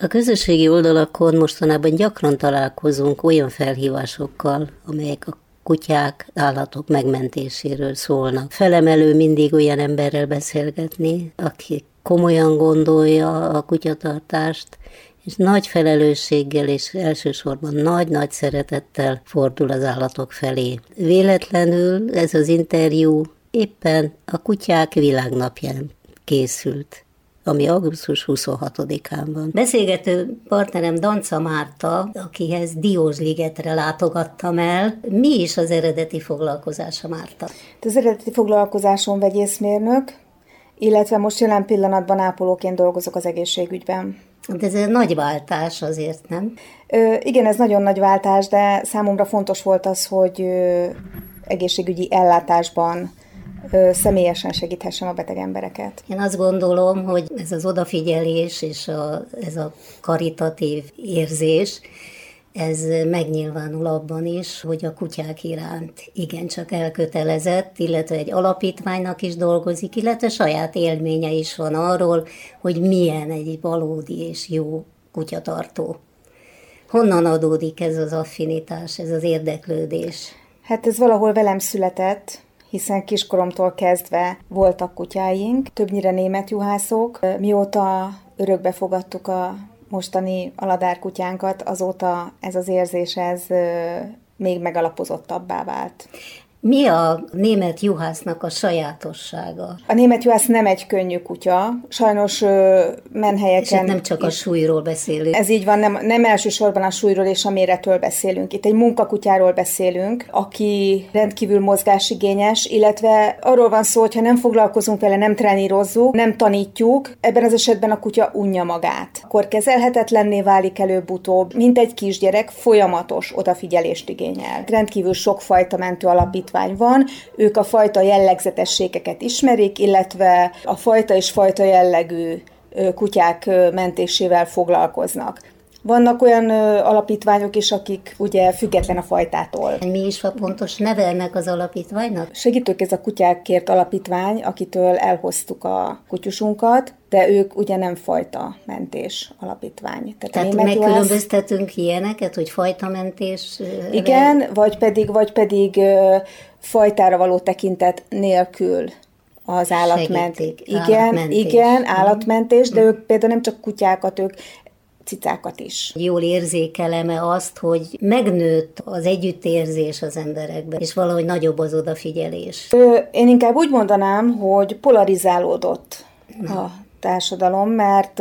A közösségi oldalakon mostanában gyakran találkozunk olyan felhívásokkal, amelyek a kutyák, állatok megmentéséről szólnak. Felemelő mindig olyan emberrel beszélgetni, aki komolyan gondolja a kutyatartást, és nagy felelősséggel és elsősorban nagy-nagy szeretettel fordul az állatok felé. Véletlenül ez az interjú éppen a Kutyák Világnapján készült, ami augusztus 26-án van. Beszélgető partnerem Danca Márta, akihez Diósligetre látogattam el. Mi is az eredeti foglalkozása, Márta? Az eredeti foglalkozásom vegyészmérnök, illetve most jelen pillanatban ápolóként dolgozok az egészségügyben. De ez egy nagy váltás azért, nem? Igen, ez nagyon nagy váltás, de számomra fontos volt az, hogy egészségügyi ellátásban személyesen segíthessem a beteg embereket. Én azt gondolom, hogy ez az odafigyelés és ez a karitatív érzés, ez megnyilvánul abban is, hogy a kutyák iránt igencsak elkötelezett, illetve egy alapítványnak is dolgozik, illetve saját élménye is van arról, hogy milyen egy valódi és jó kutyatartó. Honnan adódik ez az affinitás, ez az érdeklődés? Hát ez valahol velem született, hiszen kiskoromtól kezdve voltak kutyáink, többnyire német juhászok. Mióta örökbe fogadtuk a mostani aladár kutyánkat, azóta ez az érzés még megalapozottabbá vált. Mi a német juhásznak a sajátossága? A német juhász nem egy könnyű kutya, sajnos menhelyeken... És itt nem csak a súlyról beszélünk. Ez így van, nem elsősorban a súlyról és a méretről beszélünk. Itt egy munkakutyáról beszélünk, aki rendkívül mozgásigényes, illetve arról van szó, hogy ha nem foglalkozunk vele, nem trenírozzuk, nem tanítjuk, ebben az esetben a kutya unja magát. Akkor kezelhetetlenné válik előbb-utóbb, mint egy kisgyerek, folyamatos odafigyelést igényel. Rendkívül sokfajta mentő alapítvány van, ők a fajta jellegzetességeket ismerik, illetve a fajta és fajta jellegű kutyák mentésével foglalkoznak. Vannak olyan alapítványok is, akik ugye független a fajtától. Mi is a pontos neve ennek az alapítványnak? Segítőkéz a Kutyákért alapítvány, akitől elhoztuk a kutyusunkat, de ők ugye nem fajtamentés alapítvány. Tehát megkülönböztetünk ilyeneket, hogy fajtamentés? Igen, vagy pedig fajtára való tekintet nélkül az állatmentés. Igen, állatmentés, de ők például nem csak kutyákat, ők cicákat is. Jól érzékelem-e azt, hogy megnőtt az együttérzés az emberekben, és valahogy nagyobb az odafigyelés? Én inkább úgy mondanám, hogy polarizálódott a társadalom, mert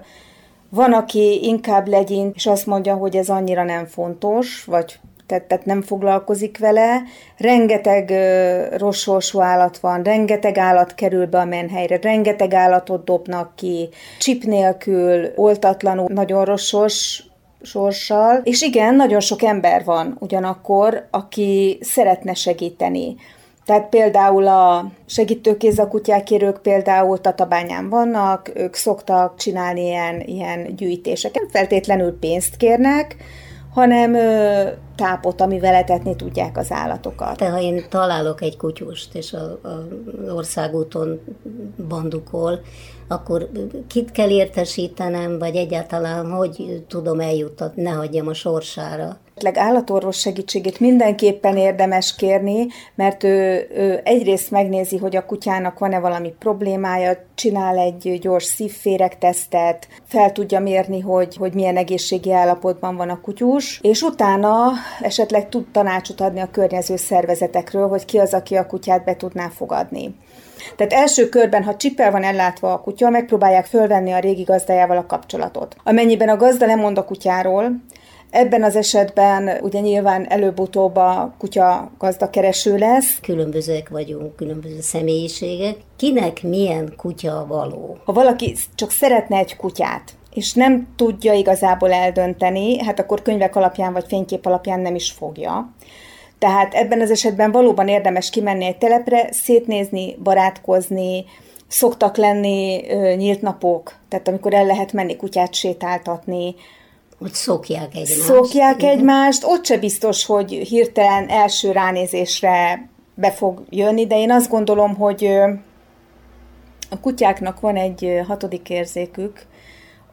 van, aki inkább legyint, és azt mondja, hogy ez annyira nem fontos, vagy tehát nem foglalkozik vele. Rengeteg rossz sorsú állat van, rengeteg állat kerül be a menhelyre, rengeteg állatot dobnak ki, csip nélkül, oltatlanul, nagyon rossz sorssal. És igen, nagyon sok ember van ugyanakkor, aki szeretne segíteni. Tehát például a segítőkéz a kutyákért, például Tatabányán vannak, ők szoktak csinálni ilyen gyűjtéseket. Nem feltétlenül pénzt kérnek, hanem tápot, amivel etetni tudják az állatokat. Ha én találok egy kutyust, és az országúton bandukol, akkor kit kell értesítenem, vagy egyáltalán hogy tudom eljuttatni, ne hagyjam a sorsára? Állatorvos segítségét mindenképpen érdemes kérni, mert ő egyrészt megnézi, hogy a kutyának van-e valami problémája, csinál egy gyors szívféregtesztet, fel tudja mérni, hogy milyen egészségi állapotban van a kutyus, és utána esetleg tud tanácsot adni a környező szervezetekről, hogy ki az, aki a kutyát be tudná fogadni. Tehát első körben, ha csippel van ellátva a kutya, megpróbálják fölvenni a régi gazdájával a kapcsolatot. Amennyiben a gazda lemond a kutyáról, ebben az esetben ugye nyilván előbb-utóbb a kutya gazdakereső lesz. Különbözőek vagyunk, különböző személyiségek. Kinek milyen kutya való? Ha valaki csak szeretne egy kutyát, és nem tudja igazából eldönteni, hát akkor könyvek alapján vagy fénykép alapján nem is fogja. Tehát ebben az esetben valóban érdemes kimenni egy telepre, szétnézni, barátkozni, szoktak lenni nyílt napok, tehát amikor el lehet menni kutyát sétáltatni. Hogy szokják egymást. Szokják egymást, ott se biztos, hogy hirtelen első ránézésre be fog jönni, de én azt gondolom, hogy a kutyáknak van egy hatodik érzékük,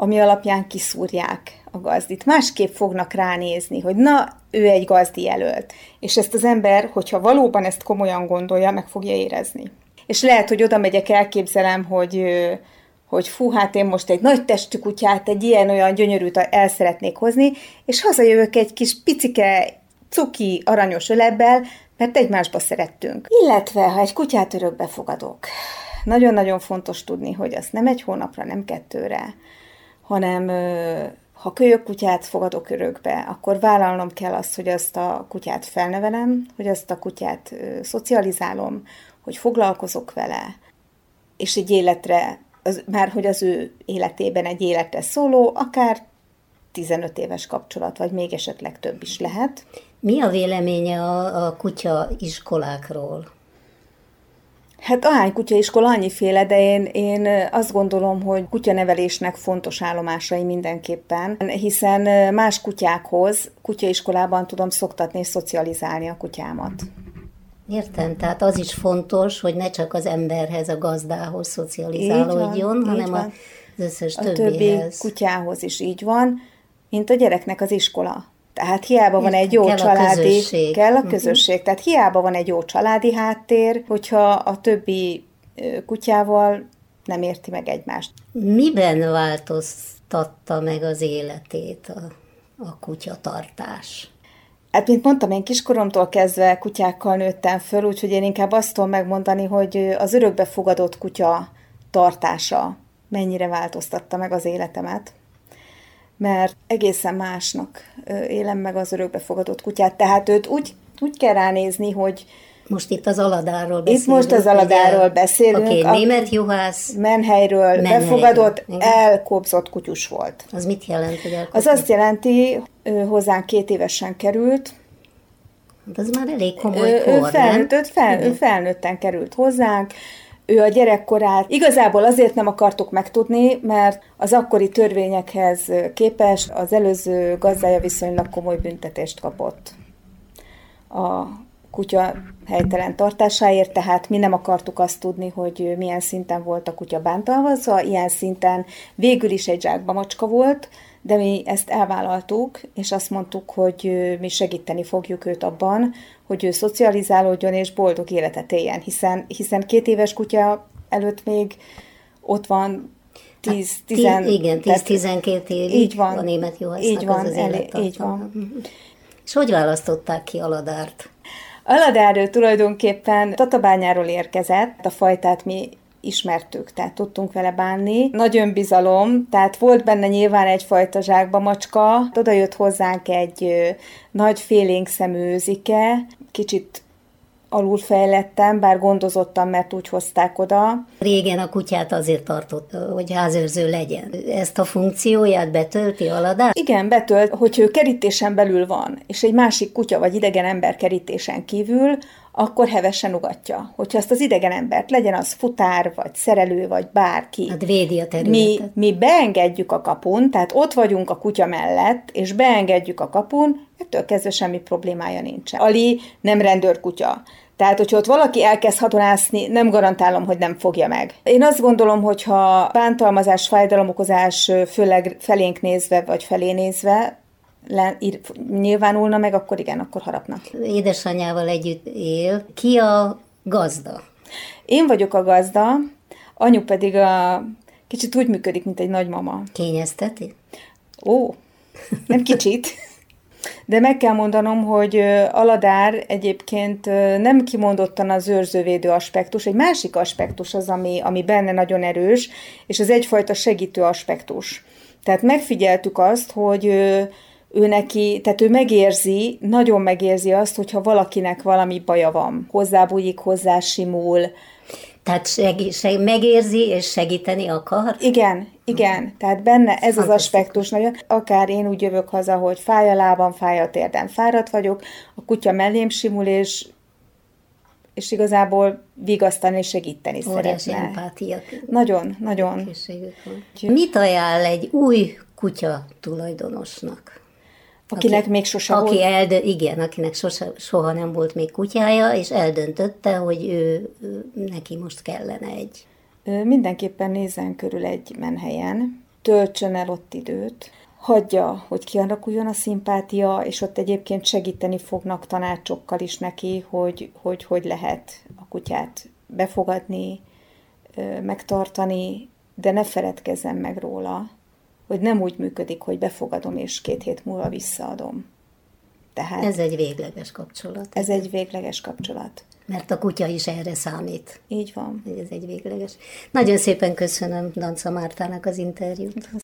ami alapján kiszúrják a gazdit. Másképp fognak ránézni, hogy na, ő egy gazdi jelölt. És ezt az ember, hogyha valóban ezt komolyan gondolja, meg fogja érezni. És lehet, hogy oda megyek, elképzelem, hogy fú, hát én most egy nagy testű kutyát, egy ilyen-olyan gyönyörűt el szeretnék hozni, és hazajövök egy kis picike, cuki, aranyos ölebbel, mert egymásba szerettünk. Illetve, ha egy kutyát örökbe fogadok, nagyon-nagyon fontos tudni, hogy azt nem egy hónapra, nem 2-re, hanem ha kölyökkutyát fogadok örökbe, akkor vállalnom kell azt, hogy azt a kutyát felnevelem, hogy azt a kutyát szocializálom, hogy foglalkozok vele, és egy életre, már hogy az ő életében egy életre szóló, akár 15 éves kapcsolat, vagy még esetleg több is lehet. Mi a véleménye a kutya iskolákról? Hát ahány kutyaiskola, annyiféle, de én azt gondolom, hogy kutyanevelésnek fontos állomásai mindenképpen, hiszen más kutyákhoz kutyaiskolában tudom szoktatni és szocializálni a kutyámat. Értem, tehát az is fontos, hogy ne csak az emberhez, a gazdához szocializálódjon, hanem az összes többihez. Többi kutyához is így van, mint a gyereknek az iskola. Tehát hiába van egy jó családi... Kell a közösség. Tehát hiába van egy jó családi háttér, hogyha a többi kutyával nem érti meg egymást. Miben változtatta meg az életét a kutyatartás? Hát, mint mondtam, én kiskoromtól kezdve kutyákkal nőttem föl, úgyhogy én inkább azt tudom megmondani, hogy az örökbefogadott kutya tartása mennyire változtatta meg az életemet. Mert egészen másnak élem meg az örökbefogadott kutyát. Tehát őt úgy kell ránézni, hogy... Most itt az Aladárról beszélünk. Itt most az Aladáról beszélünk. Aki német juhász. Menhelyről befogadott, elkobzott kutyus volt. Az mit jelent, hogy elkobzott? Az azt jelenti, hozzánk 2 évesen került. Az már elég komoly kor, ő felnőtten került hozzánk. Ő a gyerekkorát igazából azért nem akartuk megtudni, mert az akkori törvényekhez képest az előző gazdája viszonylag komoly büntetést kapott a kutya helytelen tartásáért, tehát mi nem akartuk azt tudni, hogy milyen szinten volt a kutya bántalmazva, ilyen szinten végül is egy zsákba macska volt, de mi ezt elvállaltuk, és azt mondtuk, hogy mi segíteni fogjuk őt abban, hogy ő szocializálódjon és boldog életet éljen, hiszen 2 éves kutya előtt még ott van 10-12 évig így van, a német juhásznak az élettartama. Így van. És hogy választották ki Aladárt? Aladár tulajdonképpen Tatabányáról érkezett, a fajtát mi ismertük, tehát tudtunk vele bánni. Nagy önbizalom, tehát volt benne nyilván egyfajta zsákba macska. Oda jött hozzánk egy nagy félénk szemű őzike, kicsit alulfejlettem, bár gondozottam, mert úgy hozták oda. Régen a kutyát azért tartott, hogy házőrző legyen. Ezt a funkcióját betölti Aladár? Igen, betölt, hogy ő kerítésen belül van, és egy másik kutya vagy idegen ember kerítésen kívül, akkor hevesen ugatja. Hogyha azt az idegen embert, legyen az futár, vagy szerelő, vagy bárki. Hát védi a területet. Mi beengedjük a kapun, tehát ott vagyunk a kutya mellett, és beengedjük a kapun, ettől kezdve semmi problémája nincsen. Ali nem rendőrkutya. Tehát, hogyha ott valaki elkezd hatonászni, nem garantálom, hogy nem fogja meg. Én azt gondolom, hogy ha bántalmazás, fájdalomokozás főleg felénk nézve, vagy felé nézve nyilvánulna meg, akkor igen, akkor harapnak. Édesanyjával együtt él. Ki a gazda? Én vagyok a gazda, anyu pedig kicsit úgy működik, mint egy nagymama. Kényezteti? Ó, nem kicsit. De meg kell mondanom, hogy Aladár egyébként nem kimondottan az őrzővédő aspektus, egy másik aspektus az, ami benne nagyon erős, és az egyfajta segítő aspektus. Tehát megfigyeltük azt, hogy ő neki, tehát ő megérzi, nagyon megérzi azt, hogyha valakinek valami baja van. Hozzábújik, hozzásimul. Tehát megérzi és segíteni akar? Igen. Tehát benne ez az aspektus nagyon. Akár én úgy jövök haza, hogy fáj a lábam, fáj a térdem, fáradt vagyok, a kutya mellém simul, és igazából vigasztani és segíteni óriási szeretne. empátia. Nagyon. Mit ajánl egy új kutya tulajdonosnak? Akinek még sose volt. Akinek soha nem volt még kutyája, és eldöntötte, hogy neki most kellene egy. Mindenképpen nézzen körül egy menhelyen, töltsön el ott időt, hagyja, hogy kialakuljon a szimpátia, és ott egyébként segíteni fognak tanácsokkal is neki, hogy lehet a kutyát befogadni, megtartani, de ne feledkezzen meg róla, hogy nem úgy működik, hogy befogadom, és 2 hét múlva visszaadom. Tehát ez egy végleges kapcsolat. Ez egy végleges kapcsolat. Mert a kutya is erre számít. Így van. Ez egy végleges. Nagyon szépen köszönöm Danca Mártának az interjút.